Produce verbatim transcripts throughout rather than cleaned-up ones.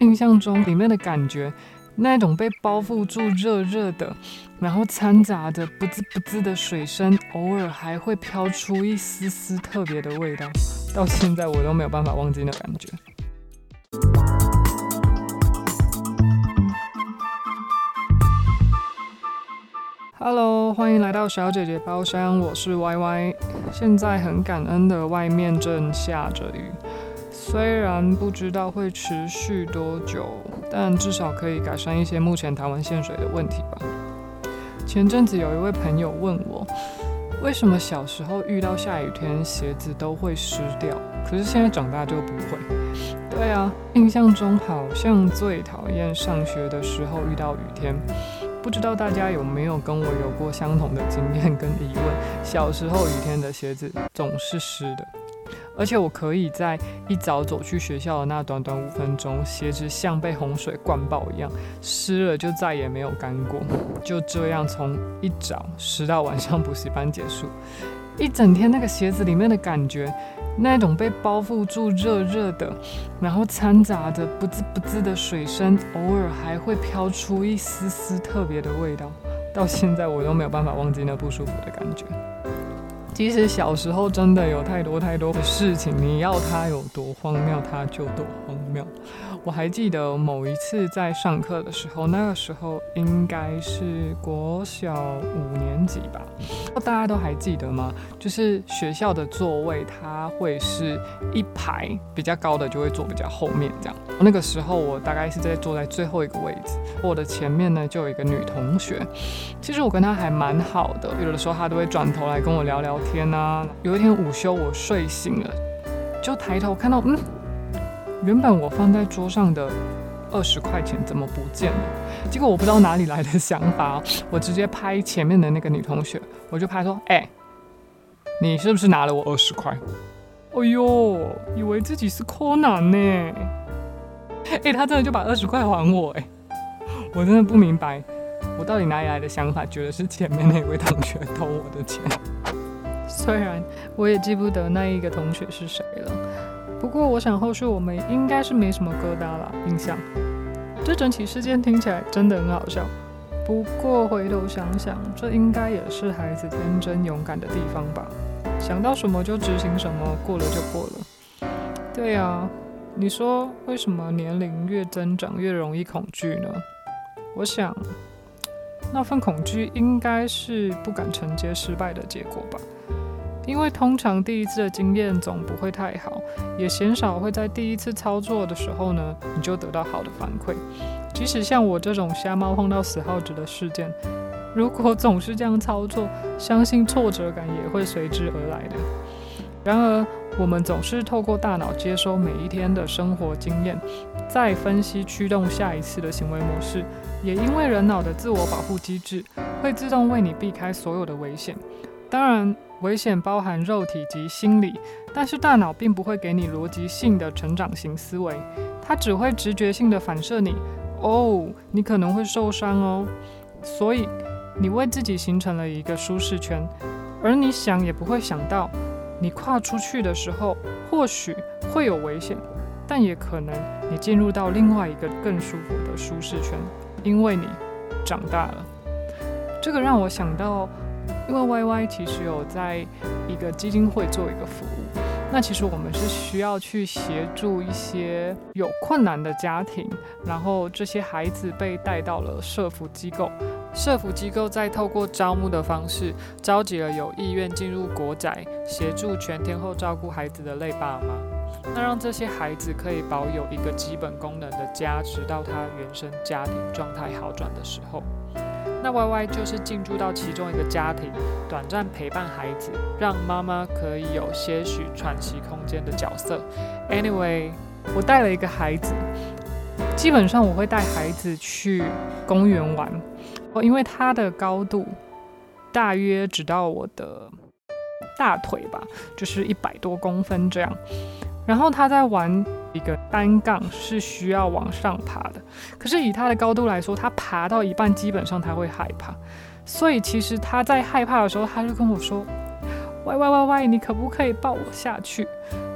印象中里面的感觉，那种被包覆住热热的，然后掺杂着不滋不滋的水声，偶尔还会飘出一丝丝特别的味道，到现在我都没有办法忘记那感觉。Hello， 欢迎来到小姐姐包厢，我是 Y Y。现在很感恩的，外面正下着雨，虽然不知道会持续多久，但至少可以改善一些目前台湾限水的问题吧。前阵子有一位朋友问我，为什么小时候遇到下雨天鞋子都会湿掉，可是现在长大就不会？对啊，印象中好像最讨厌上学的时候遇到雨天。不知道大家有没有跟我有过相同的经验跟疑问？小时候雨天的鞋子总是湿的，而且我可以在一早走去学校的那短短五分钟，鞋子像被洪水灌爆一样，湿了就再也没有干过。就这样从一早湿到晚上补习班结束，一整天那个鞋子里面的感觉，那种被包覆住热热的，然后掺杂着不滋不滋的水声，偶尔还会飘出一丝丝特别的味道，到现在我都没有办法忘记那不舒服的感觉。其实小时候真的有太多太多的事情，你要它有多荒谬，它就多荒谬。我还记得某一次在上课的时候，那个时候应该是国小五年级吧，大家都还记得吗？就是学校的座位，它会是一排比较高的就会坐比较后面这样。那个时候我大概是在坐在最后一个位置，我的前面呢就有一个女同学，其实我跟她还蛮好的，有的时候她都会转头来跟我聊聊天啊。有一天午休我睡醒了，就抬头看到，嗯。原本我放在桌上的二十块钱怎么不见了？结果我不知道哪里来的想法，我直接拍前面的那个女同学，我就拍说：“哎、欸，你是不是拿了我二十块？”哎呦，以为自己是柯南呢。哎、欸，他真的就把二十块还我哎、欸！我真的不明白，我到底哪里来的想法，觉得是前面那位同学偷我的钱。虽然我也记不得那一个同学是谁了。不过我想后续我们应该是没什么疙瘩啦，印象。这整起事件听起来真的很好笑，不过回头想想，这应该也是孩子天真勇敢的地方吧。想到什么就执行什么，过了就过了。对啊，你说为什么年龄越增长越容易恐惧呢？我想，那份恐惧应该是不敢承接失败的结果吧。因为通常第一次的经验总不会太好，也鲜少会在第一次操作的时候呢，你就得到好的反馈。即使像我这种瞎猫碰到死耗子的事件，如果总是这样操作，相信挫折感也会随之而来的。然而，我们总是透过大脑接收每一天的生活经验，再分析驱动下一次的行为模式，也因为人脑的自我保护机制，会自动为你避开所有的危险。当然，危险包含肉体及心理，但是大脑并不会给你逻辑性的成长型思维，它只会直觉性的反射你，哦，你可能会受伤哦。所以，你为自己形成了一个舒适圈，而你想也不会想到，你跨出去的时候，或许会有危险，但也可能你进入到另外一个更舒服的舒适圈，因为你长大了。这个让我想到，因为 Y Y 其实有在一个基金会做一个服务，那其实我们是需要去协助一些有困难的家庭，然后这些孩子被带到了社福机构，社福机构再透过招募的方式，召集了有意愿进入国宅，协助全天候照顾孩子的类爸妈，那让这些孩子可以保有一个基本功能的家，直到他原生家庭状态好转的时候。那 Y Y 就是进驻到其中一个家庭，短暂陪伴孩子，让妈妈可以有些许喘息空间的角色。Anyway， 我带了一个孩子，基本上我会带孩子去公园玩，因为他的高度大约只到我的大腿吧，就是一百多公分这样。然后他在玩一个单杠，是需要往上爬的，可是以他的高度来说，他爬到一半基本上他会害怕，所以其实他在害怕的时候，他就跟我说：“喂喂喂喂，你可不可以抱我下去？”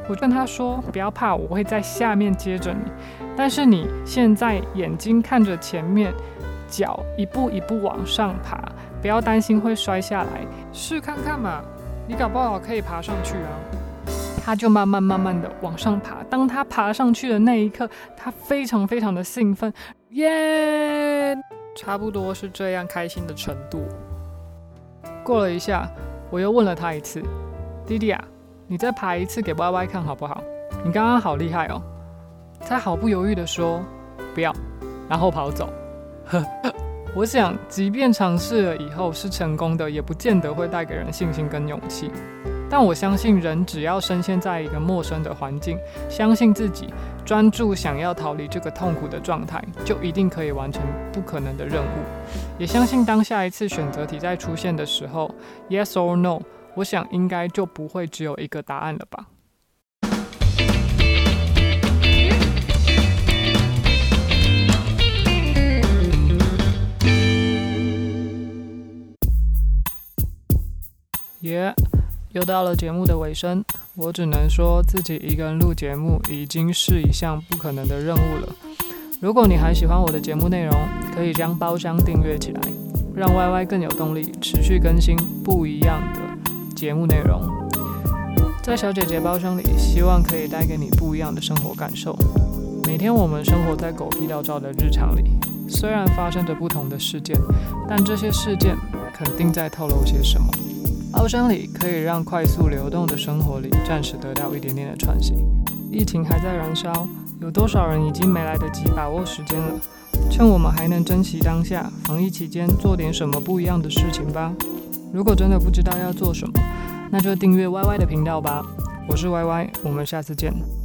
我跟他说不要怕，我会在下面接着你，但是你现在眼睛看着前面，脚一步一步往上爬，不要担心会摔下来，试看看嘛，你搞不好可以爬上去啊。他就慢慢慢慢的往上爬，当他爬上去的那一刻，他非常非常的兴奋，耶！差不多是这样开心的程度。过了一下，我又问了他一次，弟弟啊，你再爬一次给 Y Y 看好不好？你刚刚好厉害哦。他毫不犹豫的说不要，然后跑走。我想即便尝试了以后是成功的，也不见得会带给人信心跟勇气。但我相信人只要深陷在一个陌生的环境，相信自己，专注想要逃离这个痛苦的状态，就一定可以完成不可能的任务。也相信当下一次选择题再出现的时候 ，Yes or No， 我想应该就不会只有一个答案了吧。耶、yeah.又到了节目的尾声，我只能说自己一个人录节目已经是一项不可能的任务了。如果你还喜欢我的节目内容，可以将包厢订阅起来，让 Y Y 更有动力持续更新不一样的节目内容。在小姐姐包厢里，希望可以带给你不一样的生活感受。每天我们生活在狗屁倒灶的日常里，虽然发生着不同的事件，但这些事件肯定在透露些什么。包厢里可以让快速流动的生活里暂时得到一点点的喘息。疫情还在燃烧，有多少人已经没来得及把握时间了？趁我们还能珍惜当下，防疫期间做点什么不一样的事情吧。如果真的不知道要做什么，那就订阅 Y Y 的频道吧。我是 Y Y， 我们下次见。